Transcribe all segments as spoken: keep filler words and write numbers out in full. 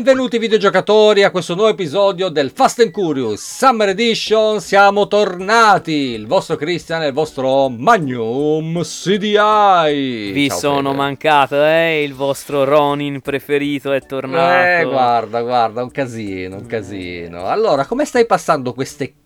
Benvenuti videogiocatori a questo nuovo episodio del Fast and Curious Summer Edition. Siamo tornati, il vostro Christian e il vostro Magnum C D I. Vi Ciao, sono Fede. mancato, eh? Il vostro Ronin preferito è tornato. Eh, guarda, guarda, un casino, un casino. Allora, come stai passando queste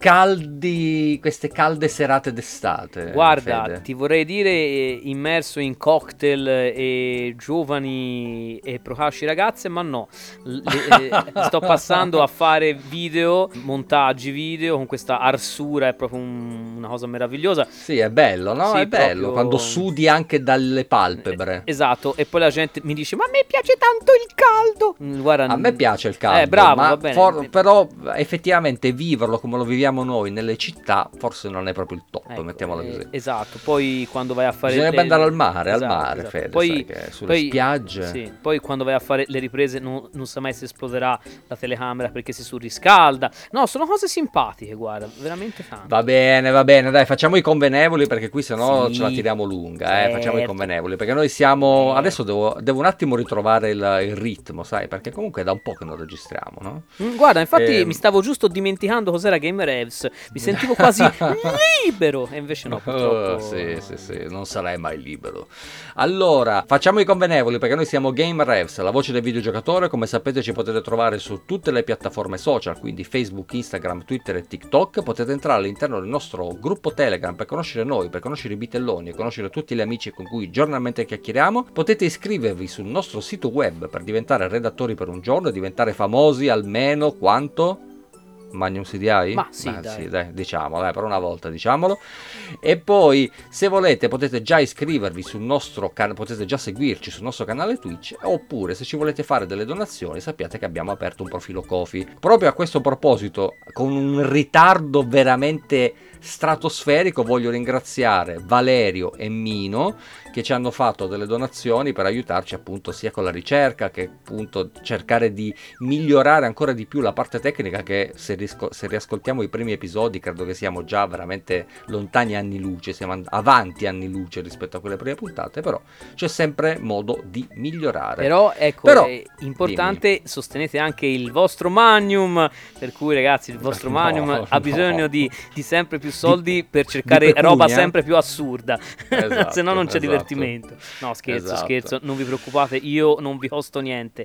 caldi, queste calde serate d'estate? Guarda, Fede? ti vorrei dire eh, immerso in cocktail e giovani e procaci ragazze, ma no. L- le- eh, sto passando a fare video, montaggi video con questa arsura, è proprio un- una cosa meravigliosa. Sì, è bello, no? Sì, è bello, proprio- quando sudi anche dalle palpebre. Esatto, e poi la gente mi dice: ma a me piace tanto il caldo. Mm, Guarda, A me piace il caldo, Eh, bravo, ma va bene. for- però effettivamente viverlo come lo viviamo noi nelle città forse non è proprio il top, Ecco, mettiamola eh, così. Esatto, poi quando vai a fare Bisognerebbe le- andare al mare, al Esatto, mare, esatto. Fede, Poi, sai che sulle poi- spiagge. sì, poi quando vai a fare le riprese non, non sa mai se esploderà la telecamera perché si surriscalda. No, sono cose simpatiche, guarda, veramente tanto. Va bene, va bene, dai, facciamo i convenevoli perché qui sennò Sì, ce la tiriamo lunga, eh, facciamo i certo. convenevoli perché noi siamo... Certo. Adesso devo, devo un attimo ritrovare il, il ritmo, sai, perché comunque è da un po' che non registriamo, no? Mm, Guarda, infatti Ehm. mi stavo giusto dimenticando cos'era Game Revs. Mi sentivo quasi libero. E invece no, purtroppo. Oh, sì, sì, sì, non sarai mai libero. Allora, facciamo i convenevoli perché noi siamo Game Revs, la voce del videogiocatore. Come sapete ci potete trovare su tutte le piattaforme social, quindi Facebook, Instagram, Twitter e TikTok. Potete entrare all'interno del nostro gruppo Telegram per conoscere noi, per conoscere i bitelloni e conoscere tutti gli amici con cui giornalmente chiacchieriamo. Potete iscrivervi sul nostro sito web per diventare redattori per un giorno e diventare famosi almeno quanto? Magnum C D I? Ma sì, Ah, dai. sì, dai, diciamolo, dai, per una volta diciamolo. E poi, se volete, potete già iscrivervi sul nostro canale, potete già seguirci sul nostro canale Twitch, oppure se ci volete fare delle donazioni, sappiate che abbiamo aperto un profilo Ko-fi. Proprio a questo proposito, con un ritardo veramente stratosferico, voglio ringraziare Valerio e Mino che ci hanno fatto delle donazioni per aiutarci appunto sia con la ricerca che appunto cercare di migliorare ancora di più la parte tecnica, che se, risco- se riascoltiamo i primi episodi credo che siamo già veramente lontani anni luce, siamo and- avanti anni luce rispetto a quelle prime puntate, però c'è sempre modo di migliorare. Però ecco, Però, è importante, sostenete anche il vostro Magnum, per cui ragazzi il vostro No, Magnum ha no. bisogno di, di sempre più soldi per cercare pecunia? roba sempre più assurda, Esatto, se no non c'è esatto. divertimento. No, scherzo, Esatto. scherzo, non vi preoccupate, io non vi costo niente.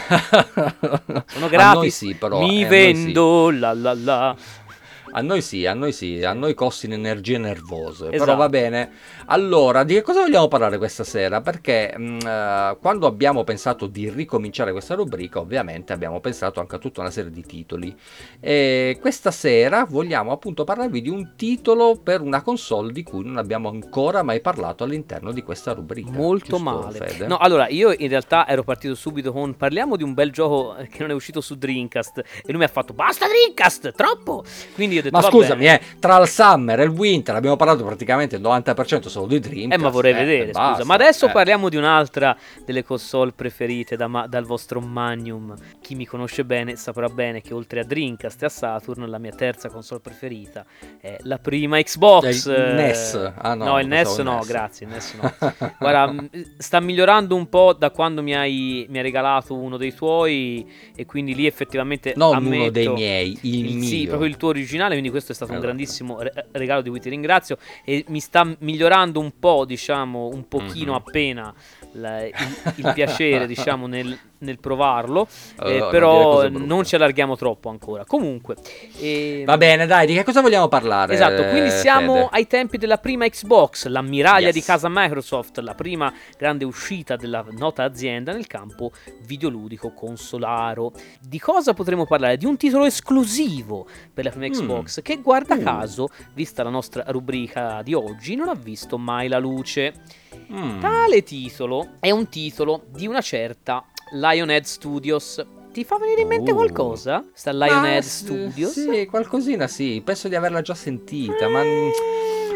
Sono A gratis, noi sì, però, mi eh, a noi sì. vendo, la la la. A noi sì, a noi sì, a noi costi in energie nervose, Esatto. però va bene. Allora, di che cosa vogliamo parlare questa sera? Perché mh, eh, quando abbiamo pensato di ricominciare questa rubrica, ovviamente abbiamo pensato anche a tutta una serie di titoli. E questa sera vogliamo appunto parlarvi di un titolo per una console di cui non abbiamo ancora mai parlato all'interno di questa rubrica. Molto Giusto, male. Fede? No, allora io in realtà ero partito subito con parliamo di un bel gioco che non è uscito su Dreamcast e lui mi ha fatto basta Dreamcast, troppo. Quindi io ho detto Ma va scusami, bene. eh, tra il Summer e il Winter abbiamo parlato praticamente il novanta per cento solo di Dreamcast. Eh, ma vorrei eh, vedere, e scusa. basta, Ma adesso eh. parliamo di un'altra delle console preferite da ma- dal vostro Magnum. Chi mi conosce bene saprà bene che oltre a Dreamcast e a Saturn, la mia terza console preferita è la prima Xbox. Il N E S? Ah, no, il N E S pensavo il no, N E S. grazie, il N E S no. Guarda, m- sta migliorando un po' da quando mi hai, mi hai regalato uno dei tuoi e quindi lì effettivamente Non ammetto, uno dei miei, il, il- mio. Sì, proprio il tuo originale, quindi questo è stato un Esatto. grandissimo re- regalo di cui ti ringrazio e mi sta migliorando un po', diciamo, un pochino Mhm. appena la- il, il piacere, diciamo, nel, nel provarlo, Oh, eh, non dire però cose brutte. non ci allarghiamo troppo ancora. Comunque, ehm, Va bene, dai, di che cosa vogliamo parlare? esatto, quindi siamo Fede? ai tempi della prima Xbox, l'ammiraglia Yes. di casa Microsoft, la prima grande uscita della nota azienda nel campo videoludico consolaro. Di cosa potremo parlare? Di un titolo esclusivo per la prima Mm. Xbox che, guarda Uh. caso, vista la nostra rubrica di oggi, non ha visto mai la luce. Mm. Tale titolo è un titolo di una certa Lionhead Studios. Ti fa venire in mente Uh. qualcosa? Sta Lionhead Ma, s- Studios? Sì, qualcosina sì, penso di averla già sentita, ma... Eh,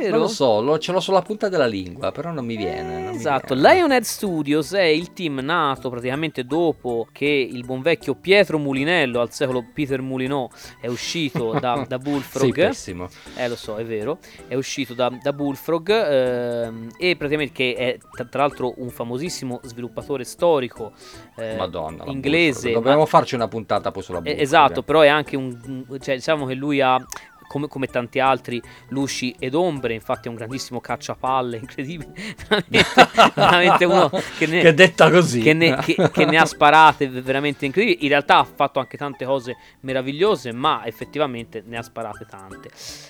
vero? Non lo so, lo, ce l'ho sulla punta della lingua, però non mi viene. Non Esatto, mi viene. Lionhead Studios è il team nato praticamente dopo che il buon vecchio Pietro Mulinello, al secolo Peter Moulinot, è uscito da, da Bullfrog. Sì, pessimo. Eh, lo so, è vero. È uscito da, da Bullfrog ehm, e praticamente che è tra, tra l'altro un famosissimo sviluppatore storico eh, Madonna, la inglese. Bullfrog. Dobbiamo ma- farci una puntata poi sulla eh, Bullfrog. esatto, però è anche un... cioè diciamo che lui ha... Come, come tanti altri luci ed ombre, infatti è un grandissimo cacciapalle, incredibile, veramente, veramente uno che ne, che detta così che ne, che, che ne ha sparate veramente incredibili. In realtà ha fatto anche tante cose meravigliose, ma effettivamente ne ha sparate tante.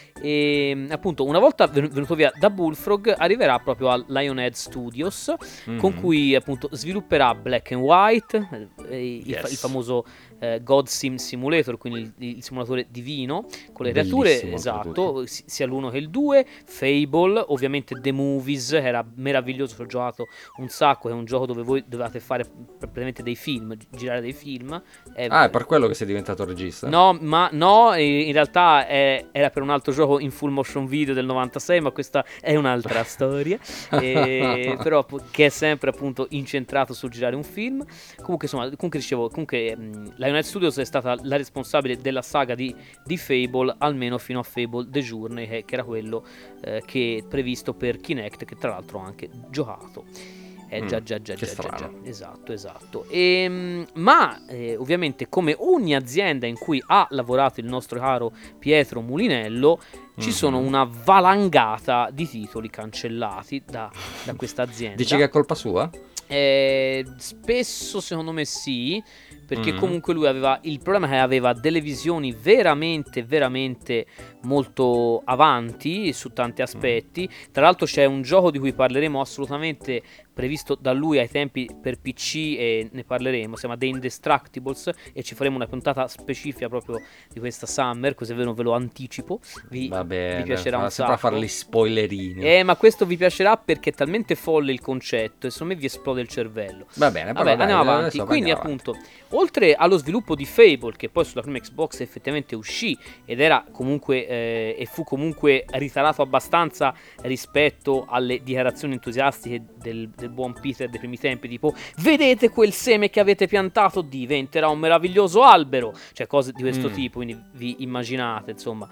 E appunto, una volta venuto via da Bullfrog, arriverà proprio a Lionhead Studios, mm-hmm. con cui appunto svilupperà Black and White, eh, il, yes. il famoso eh, God Sim Simulator, quindi il, il simulatore divino con le creature, esatto, sia l'uno che il due. Fable, ovviamente The Movies, era meraviglioso, ci ho giocato un sacco, è un gioco dove voi dovevate fare praticamente dei film, girare dei film. È... Ah, è per quello che sei diventato regista? No, ma no, in realtà è, era per un altro gioco in full motion video del novantasei, ma questa è un'altra storia, e, però che è sempre appunto incentrato sul girare un film. Comunque insomma, comunque dicevo, comunque mh, Lionhead Studios è stata la responsabile della saga di, di Fable, almeno fino a Fable The Journey, che, che era quello eh, che è previsto per Kinect, che tra l'altro ho anche giocato. Eh, già, già, già, che già, strano. già, già, esatto, esatto. E, ma eh, ovviamente, come ogni azienda in cui ha lavorato il nostro caro Pietro Mulinello, ci mm-hmm. sono una valangata di titoli cancellati da, da questa azienda. Dici che è colpa sua? Eh, spesso secondo me sì, perché mm. comunque lui aveva il problema che aveva delle visioni veramente veramente molto avanti su tanti aspetti. mm. Tra l'altro c'è un gioco di cui parleremo assolutamente, previsto da lui ai tempi per P C, e ne parleremo, si chiama The Indestructibles, e ci faremo una puntata specifica proprio di questa Summer, così ve lo, ve lo anticipo. Vi, Vabbè, vi piacerà un sacco. Sempre a fare gli spoilerini. Eh, ma questo vi piacerà perché è talmente folle il concetto e secondo me vi esplode il cervello. Va bene, Vabbè, dai, andiamo avanti. Quindi andiamo appunto, avanti. Oltre allo sviluppo di Fable, che poi sulla prima Xbox effettivamente uscì ed era comunque eh, e fu comunque ritarato abbastanza rispetto alle dichiarazioni entusiastiche del, del buon Peter dei primi tempi, tipo vedete quel seme che avete piantato diventerà un meraviglioso albero, cioè cose di questo mm. tipo, quindi vi immaginate, insomma,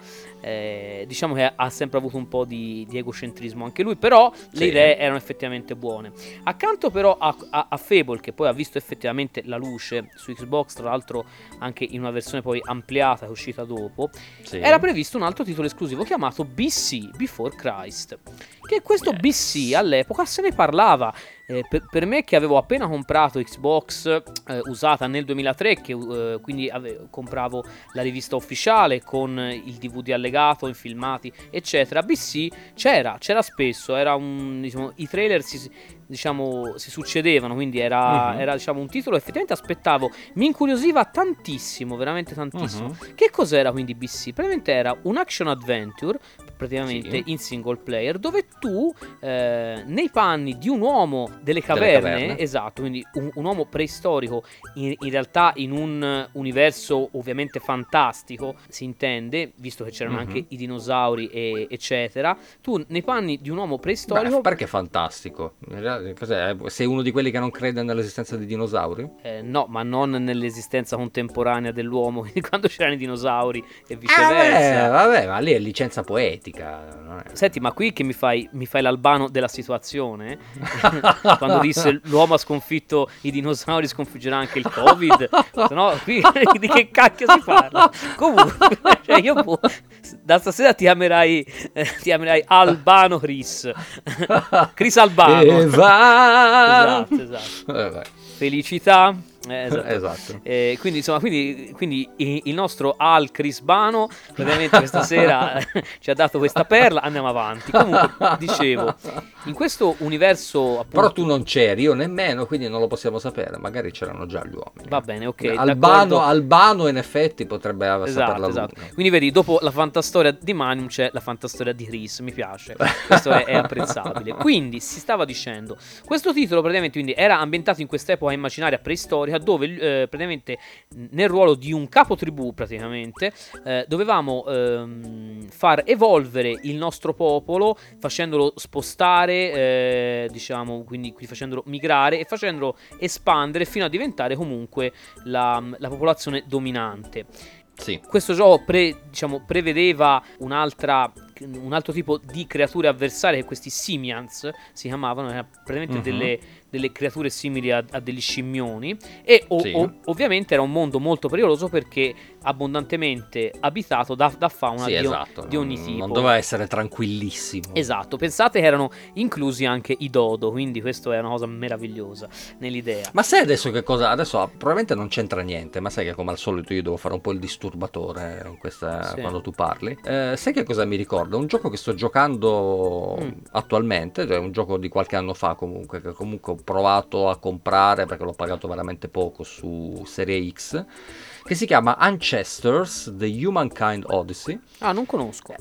eh, diciamo che ha sempre avuto un po' di, di egocentrismo anche lui, però sì. le idee erano effettivamente buone. Accanto però a, a, a Fable, che poi ha visto effettivamente la luce su Xbox, tra l'altro anche in una versione poi ampliata che è uscita dopo, sì. era previsto un altro titolo esclusivo chiamato B C, Before Christ, che questo yes. B C all'epoca se ne parlava. Eh, per, per me che avevo appena comprato Xbox eh, usata nel duemilatré, che eh, quindi ave- compravo la rivista ufficiale con il D V D allegato, in filmati eccetera, B C c'era, c'era spesso, era un, diciamo, i trailer si, diciamo, si succedevano, quindi era, uh-huh. era diciamo, un titolo effettivamente aspettavo, mi incuriosiva tantissimo, veramente tantissimo. Uh-huh. Che cos'era quindi B C? Praticamente era un action adventure, praticamente sì. in single player, dove tu eh, nei panni di un uomo delle caverne, delle caverne. esatto, quindi un, un uomo preistorico in, in realtà in un universo ovviamente fantastico, si intende, visto che c'erano mm-hmm. anche i dinosauri e, eccetera, tu nei panni di un uomo preistorico. Beh, perché fantastico? Cos'è? Sei uno di quelli che non crede nell'esistenza di dinosauri? Eh, no, ma non nell'esistenza contemporanea dell'uomo, quando c'erano i dinosauri e viceversa. Eh, vabbè, ma lì è licenza poetica. Non è... Senti, ma qui che mi fai, mi fai l'Albano della situazione? Quando disse l'uomo ha sconfitto i dinosauri, sconfiggerà anche il Covid. No, qui di che cacchio si parla? Comunque, cioè io boh, da stasera ti chiamerai eh, ti chiamerai Albano Chris. Chris Albano. Eva. Esatto, esatto. Eh, Felicità. Eh, esatto. esatto. Eh, quindi insomma, quindi, quindi il nostro Al Crisbano praticamente questa sera ci ha dato questa perla. Andiamo avanti. Comunque, dicevo, in questo universo appunto... Però tu non c'eri, io nemmeno, quindi non lo possiamo sapere. Magari c'erano già gli uomini. Va bene, ok. Albano, Albano in effetti potrebbe esatto, saperla esatto. lunga. Quindi vedi, dopo la fantastoria di Manium c'è la fantastoria di Chris, mi piace. Questo è, è apprezzabile. Quindi si stava dicendo, questo titolo praticamente quindi era ambientato in quest'epoca immaginaria preistorica dove eh, praticamente nel ruolo di un capo tribù praticamente eh, dovevamo ehm, far evolvere il nostro popolo facendolo spostare, eh, diciamo, quindi, quindi facendolo migrare e facendolo espandere fino a diventare comunque la, la popolazione dominante. Sì. Questo gioco pre, diciamo, prevedeva un'altra, un altro tipo di creature avversarie, che questi simians si chiamavano, erano praticamente uh-huh. delle, delle creature simili a, a degli scimmioni, e o, sì. o, ovviamente era un mondo molto pericoloso perché abbondantemente abitato da, da fauna sì, di, esatto. di ogni non, tipo. Non doveva essere tranquillissimo. Esatto, pensate che erano inclusi anche i dodo, quindi questo è una cosa meravigliosa nell'idea. Ma sai adesso che cosa? Adesso probabilmente non c'entra niente, ma sai che come al solito io devo fare un po' il disturbatore in questa, sì. quando tu parli. Eh, sai che cosa mi ricorda? Un gioco che sto giocando mm. attualmente, è un gioco di qualche anno fa comunque, che comunque ho provato a comprare perché l'ho pagato veramente poco su Serie X, che si chiama Ancestors: The Humankind Odyssey. Ah, non conosco.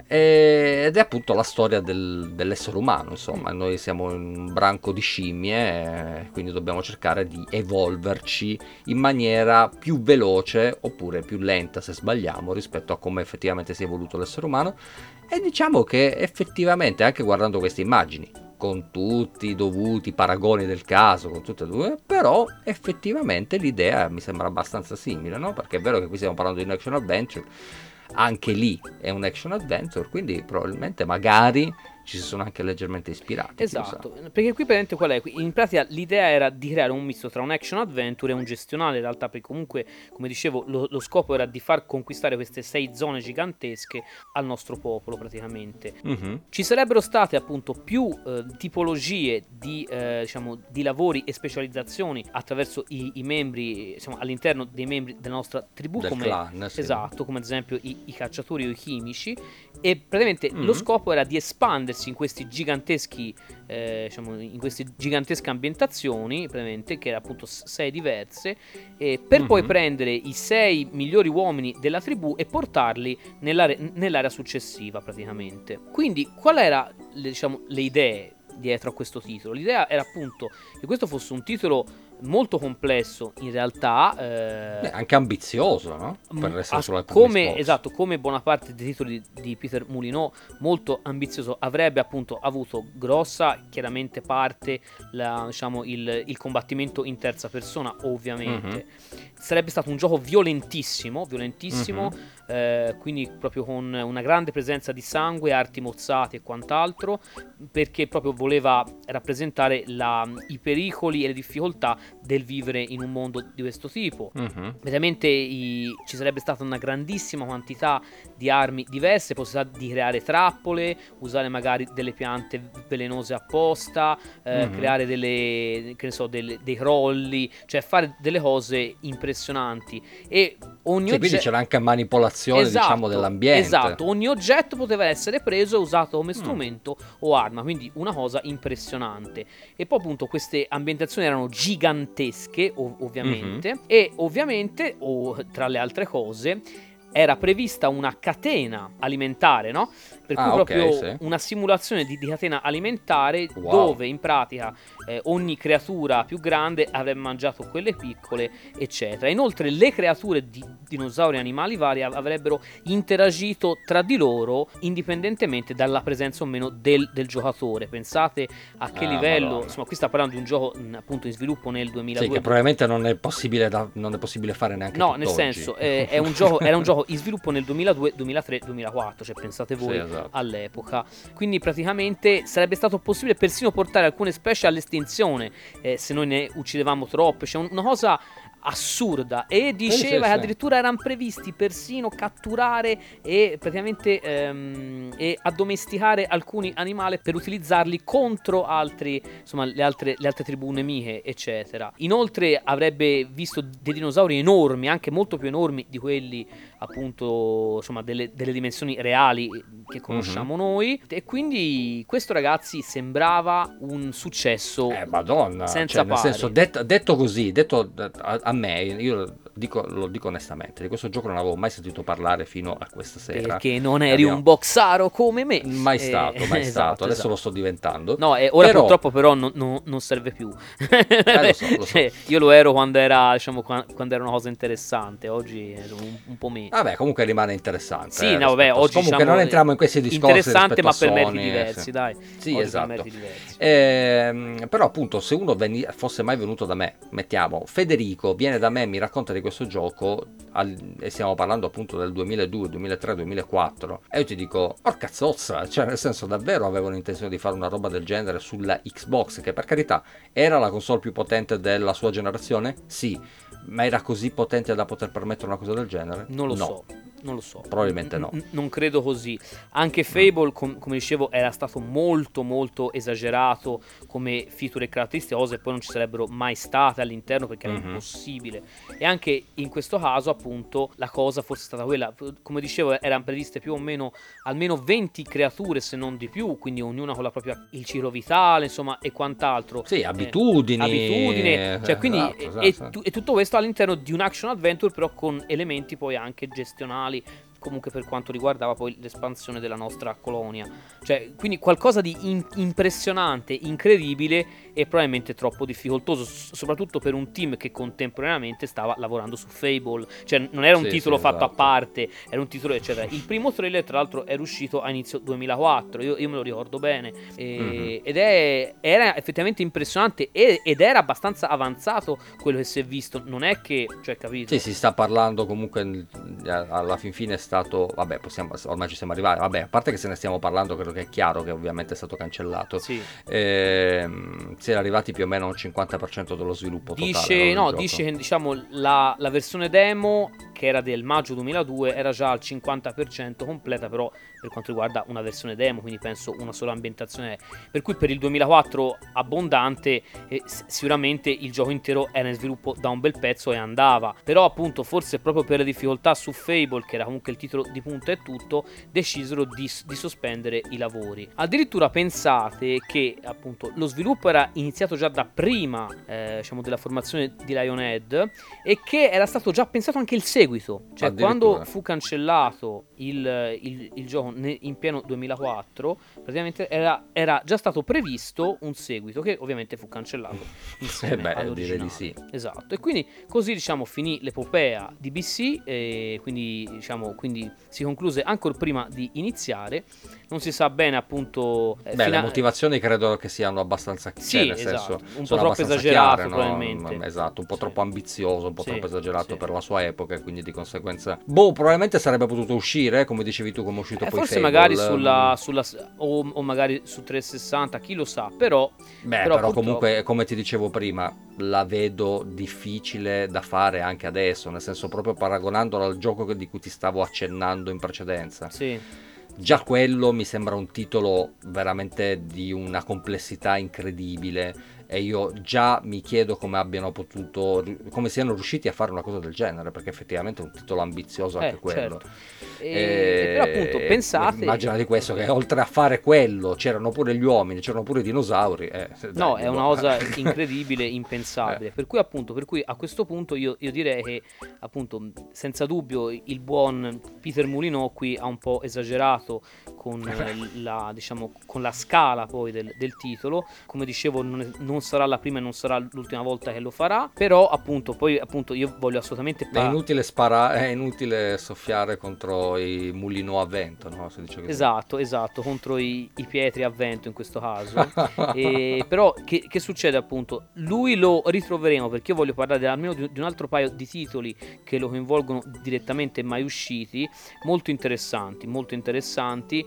Ed è appunto la storia del, dell'essere umano, insomma. Mm. Noi siamo un branco di scimmie, quindi dobbiamo cercare di evolverci in maniera più veloce oppure più lenta, se sbagliamo, rispetto a come effettivamente si è evoluto l'essere umano. E diciamo che effettivamente, anche guardando queste immagini, con tutti i dovuti paragoni del caso, con tutte e due, però effettivamente l'idea mi sembra abbastanza simile, no? Perché è vero che qui stiamo parlando di un action adventure, anche lì è un action adventure, quindi probabilmente magari ci si sono anche leggermente ispirati. Esatto, perché qui praticamente qual è? In pratica l'idea era di creare un misto tra un action adventure e un gestionale, in realtà, perché comunque, come dicevo, lo, lo scopo era di far conquistare queste sei zone gigantesche al nostro popolo praticamente. Mm-hmm. Ci sarebbero state appunto più eh, tipologie di, eh, diciamo, di lavori e specializzazioni attraverso i, i membri, diciamo, all'interno dei membri della nostra tribù, del come, clan, sì. Esatto, come ad esempio i, i cacciatori o i chimici, e praticamente mm-hmm. lo scopo era di espandersi in questi giganteschi eh, diciamo in queste gigantesche ambientazioni, praticamente, che erano appunto sei diverse, eh, per mm-hmm. poi prendere i sei migliori uomini della tribù e portarli nell'area, nell'area successiva praticamente. Quindi qual era le, diciamo, le idee dietro a questo titolo? L'idea era appunto che questo fosse un titolo molto complesso in realtà, eh, Beh, anche ambizioso, no? Per essere sulla come, esatto, come buona parte dei titoli di, di Peter Moulinot, molto ambizioso. Avrebbe appunto avuto grossa chiaramente parte la, diciamo, il, il combattimento in terza persona, ovviamente. Mm-hmm. Sarebbe stato un gioco violentissimo, violentissimo, mm-hmm. eh, quindi proprio con una grande presenza di sangue, arti mozzate e quant'altro, perché proprio voleva rappresentare la, i pericoli e le difficoltà del vivere in un mondo di questo tipo. Mm-hmm. Veramente i, ci sarebbe stata una grandissima quantità di armi diverse, possibilità di creare trappole, usare magari delle piante velenose apposta, eh, mm-hmm. creare delle, che ne so, delle, dei crolli, cioè fare delle cose impressionanti. E ogni sì, oggetto, quindi c'era anche manipolazione, esatto, diciamo, dell'ambiente. Esatto, ogni oggetto poteva essere preso e usato come strumento mm. o arma, quindi una cosa impressionante. E poi appunto queste ambientazioni erano gigantesche, ov- ovviamente, mm-hmm. e ovviamente, o tra le altre cose, era prevista una catena alimentare, no? Per cui ah, proprio okay, sì. una simulazione di, di catena alimentare, wow. dove in pratica eh, ogni creatura più grande avrebbe mangiato quelle piccole, eccetera. Inoltre le creature di dinosauri e animali vari avrebbero interagito tra di loro indipendentemente dalla presenza o meno del, del giocatore. Pensate a che ah, livello, madonna. Insomma, qui sta parlando di un gioco mh, appunto in sviluppo nel duemiladue. Sì, che probabilmente non è possibile, da, non è possibile fare neanche no, tutt'oggi. nel senso eh, è un gioco, era un gioco in sviluppo nel duemiladue, duemilatré, duemilaquattro, cioè pensate voi, sì, esatto. all'epoca. Quindi praticamente sarebbe stato possibile persino portare alcune specie all'estinzione eh, se noi ne uccidevamo troppe, cioè una cosa assurda. E diceva sì, sì, che addirittura sì. erano previsti persino catturare e praticamente ehm, e addomesticare alcuni animali per utilizzarli contro altri, insomma, le altre, le altre tribù nemiche, eccetera. Inoltre avrebbe visto dei dinosauri enormi, anche molto più enormi di quelli appunto, insomma, delle, delle dimensioni reali che conosciamo mm-hmm. noi. E quindi questo, ragazzi, sembrava un successo eh madonna senza cioè, nel pari. senso, detto, detto così, detto a, a me, io dico, lo dico onestamente, di questo gioco non avevo mai sentito parlare fino a questa sera. Perché non eri Abbiamo... un boxaro come me. Mai eh, stato, mai esatto, stato, adesso esatto. lo sto diventando. No, e ora però... purtroppo però non, non, non serve più. Eh, lo so, lo so. Cioè, io lo ero quando era, diciamo, quando era una cosa interessante, oggi è un, un po' meno. Vabbè, comunque rimane interessante. Sì, eh, no, vabbè, oggi comunque diciamo, non entriamo in questi discorsi. Interessante, ma per Sony, meriti diversi, sì. dai. Sì, oggi esatto. Per meriti diversi. Eh, però appunto, se uno veni- fosse mai venuto da me, mettiamo, Federico viene da me e mi racconta di questo gioco, al- e stiamo parlando appunto del duemiladue, duemilatré, duemilaquattro, e io ti dico, porca zozza, cioè nel senso davvero avevano intenzione di fare una roba del genere sulla Xbox, che per carità era la console più potente della sua generazione? Sì, ma era così potente da poter permettere una cosa del genere? Non lo no. so. Non lo so, probabilmente no. N- non credo così. Anche Fable, com- come dicevo, era stato molto molto esagerato come feature e caratteristiche, cose che poi non ci sarebbero mai state all'interno perché era Mhm. impossibile. E anche in questo caso, appunto, la cosa forse è stata quella, come dicevo, erano previste più o meno almeno venti creature, se non di più, quindi ognuna con la propria il ciclo vitale, insomma, e quant'altro. Sì, abitudini. Eh, abitudine, cioè quindi Esatto, e, esatto, e sì. tu- e tutto questo all'interno di un action adventure, però con elementi poi anche gestionali, comunque per quanto riguardava poi l'espansione della nostra colonia, cioè quindi qualcosa di in- impressionante, incredibile e probabilmente troppo difficoltoso, s- soprattutto per un team che contemporaneamente stava lavorando su Fable, cioè non era un Sì, titolo sì, fatto esatto. a parte, era un titolo eccetera. Il primo trailer tra l'altro era uscito a inizio duemilaquattro, io, io me lo ricordo bene, e- Mhm. ed è, era effettivamente impressionante e- ed era abbastanza avanzato quello che si è visto, non è che, cioè capito? Sì, si sta parlando comunque, eh, alla fin fine è stato, vabbè, possiamo, ormai ci siamo arrivati, vabbè, a parte che se ne stiamo parlando, credo che è chiaro che ovviamente è stato cancellato. Sì. Ehm, si era arrivati più o meno a un cinquanta per cento dello sviluppo totale, Dice, no, del no, gioco. dice che diciamo la, la versione demo, che era del maggio duemiladue, era già al cinquanta per cento completa, però per quanto riguarda una versione demo, quindi penso una sola ambientazione, per cui per il duemilaquattro abbondante, eh, s- sicuramente il gioco intero era in sviluppo da un bel pezzo e andava, però appunto forse proprio per le difficoltà su Fable, che era comunque il titolo di punta e tutto, decisero di, di sospendere i lavori. Addirittura pensate che appunto lo sviluppo era iniziato già da prima, eh, diciamo, della formazione di Lionhead, e che era stato già pensato anche il seguito, cioè quando Addirittura. fu cancellato il, il, il gioco ne- in pieno duemilaquattro, praticamente era, era già stato previsto un seguito che ovviamente fu cancellato insieme Eh beh, all'originale. direi di sì. Esatto, e quindi così diciamo finì l'epopea di B C, e quindi diciamo quindi si concluse ancora prima di iniziare. Non si sa bene appunto, eh, Beh, fino le a- motivazioni credo che siano abbastanza, Sì, cioè, nel esatto, senso, un po' sono troppo abbastanza esagerato, chiare, no? probabilmente. Esatto, un po' Sì. troppo ambizioso, un po' Sì, troppo esagerato sì. per la sua epoca, e quindi di conseguenza, boh, probabilmente sarebbe potuto uscire, come dicevi tu, come è uscito Eh, poi forse Fable. magari sulla, mm. sulla o, o magari su trecentosessanta, chi lo sa, però Beh, però però, purtroppo- comunque, come ti dicevo prima, la vedo difficile da fare anche adesso, nel senso, proprio paragonandola al gioco che- di cui ti stavo accennando in precedenza. sì. Già quello mi sembra un titolo veramente di una complessità incredibile, e io già mi chiedo come abbiano potuto, come siano riusciti a fare una cosa del genere, perché effettivamente è un titolo ambizioso anche Eh, quello. certo. E- però appunto pensate, Immagina di questo, che oltre a fare quello c'erano pure gli uomini, c'erano pure i dinosauri. eh, dai, no, è una boh. cosa incredibile, impensabile. Per cui appunto, per cui a questo punto io, io direi che appunto senza dubbio il buon Peter Molyneux qui ha un po' esagerato con eh, la, diciamo, con la scala poi del, del titolo. Come dicevo, non, è- non sarà la prima e non sarà l'ultima volta che lo farà, però appunto poi appunto io voglio assolutamente È pa- inutile sparare, è inutile soffiare contro i mulino a vento, no? Si dice così. Esatto, esatto, contro i, i pietri a vento in questo caso. E, però che, che succede appunto? Lui lo ritroveremo, perché io voglio parlare almeno di, di un altro paio di titoli che lo coinvolgono direttamente, mai usciti, molto interessanti, molto interessanti.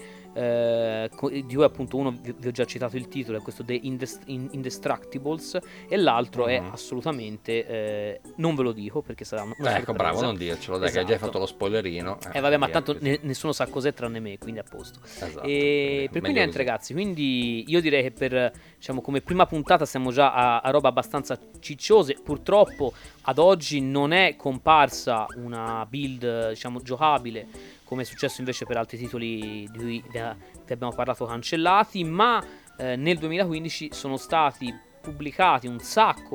eh, co- di cui appunto uno vi, vi ho già citato il titolo, è questo The Indest- In- Indestructibles, e l'altro è Mhm. assolutamente eh, non ve lo dico perché sarà una Eh, sorpresa. ecco, bravo, non dircelo, dai, che hai già Esatto. fatto lo spoilerino. Eh vabbè, ma via, tanto così. ne- nessuno sa cos'è tranne me, quindi a posto. Esatto, E quindi per cui meglio niente così. ragazzi, quindi io direi che per, diciamo, come prima puntata siamo già a, a roba abbastanza cicciose. Purtroppo ad oggi non è comparsa una build, diciamo, giocabile, come è successo invece per altri titoli di cui vi, vi abbiamo parlato cancellati, ma eh, nel duemilaquindici sono stati pubblicati un sacco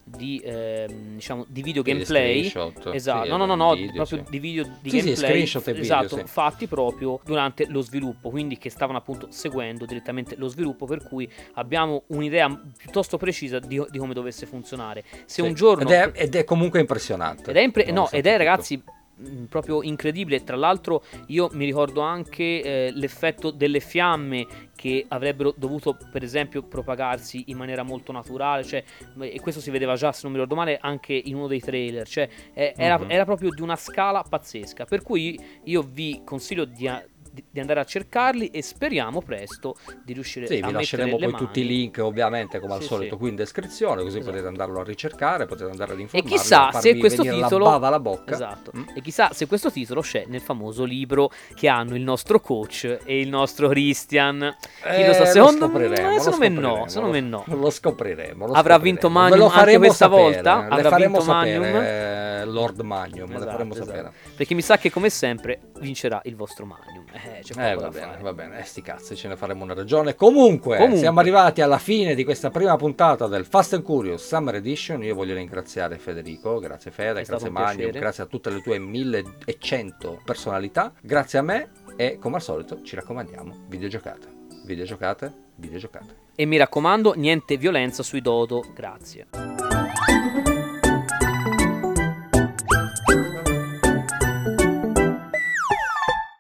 di, ehm, diciamo, di video Quindi gameplay. screenshot, Esatto, sì, no, no, no, no, video, proprio sì. di video di Sì, sì, gameplay. screenshot e video, esatto, sì. fatti proprio durante lo sviluppo, quindi che stavano appunto seguendo direttamente lo sviluppo, per cui abbiamo un'idea piuttosto precisa di, di come dovesse funzionare. Se Sì. un giorno ed è, ed è comunque impressionante. ed è, impre- no, nonostante ed è tutto. ragazzi mh, proprio incredibile. Tra l'altro io mi ricordo anche eh, l'effetto delle fiamme che avrebbero dovuto per esempio propagarsi in maniera molto naturale, cioè, e questo si vedeva già, se non mi ricordo male, anche in uno dei trailer, cioè eh, era, Mhm. era proprio di una scala pazzesca, per cui io vi consiglio di, a- di- di andare a cercarli e speriamo presto di riuscire Sì, a vi mettere lasceremo le poi tutti i mani. link ovviamente come al Sì, solito sì. qui in descrizione, così Esatto. potete andarlo a ricercare, potete andare ad E informarvi, chissà a se farvi questo venire titolo la bava alla bocca. Esatto. Mm? E chissà se questo titolo c'è nel famoso libro che hanno il nostro coach e il nostro Christian. Chi Eh, lo sa, lo secondo, scopriremo, eh, lo secondo me scopriremo, no, secondo me no. Lo, lo scopriremo. Lo Avrà scopriremo. vinto Ve lo Magnum anche faremo questa sapere, volta? Le Avrà faremo vinto sapere, Magnum? eh, Lord Magnum, le Esatto, faremo esatto. sapere. Perché mi sa che come sempre vincerà il vostro Magnum. Eh, c'è poco Eh, da va bene, fare. va bene, eh, sti cazzi, ce ne faremo una ragione. Comunque, Comunque. siamo arrivati alla fine di questa prima puntata del Fast and Curious Summer Edition. Io voglio ringraziare Federico, grazie Fede, È stato grazie un Magnum, piacere. grazie a tutte le tue millecento personalità, grazie a me e come al solito ci raccomandiamo, videogiocate, videogiocate, videogiocate. E mi raccomando, niente violenza sui dodo. Grazie.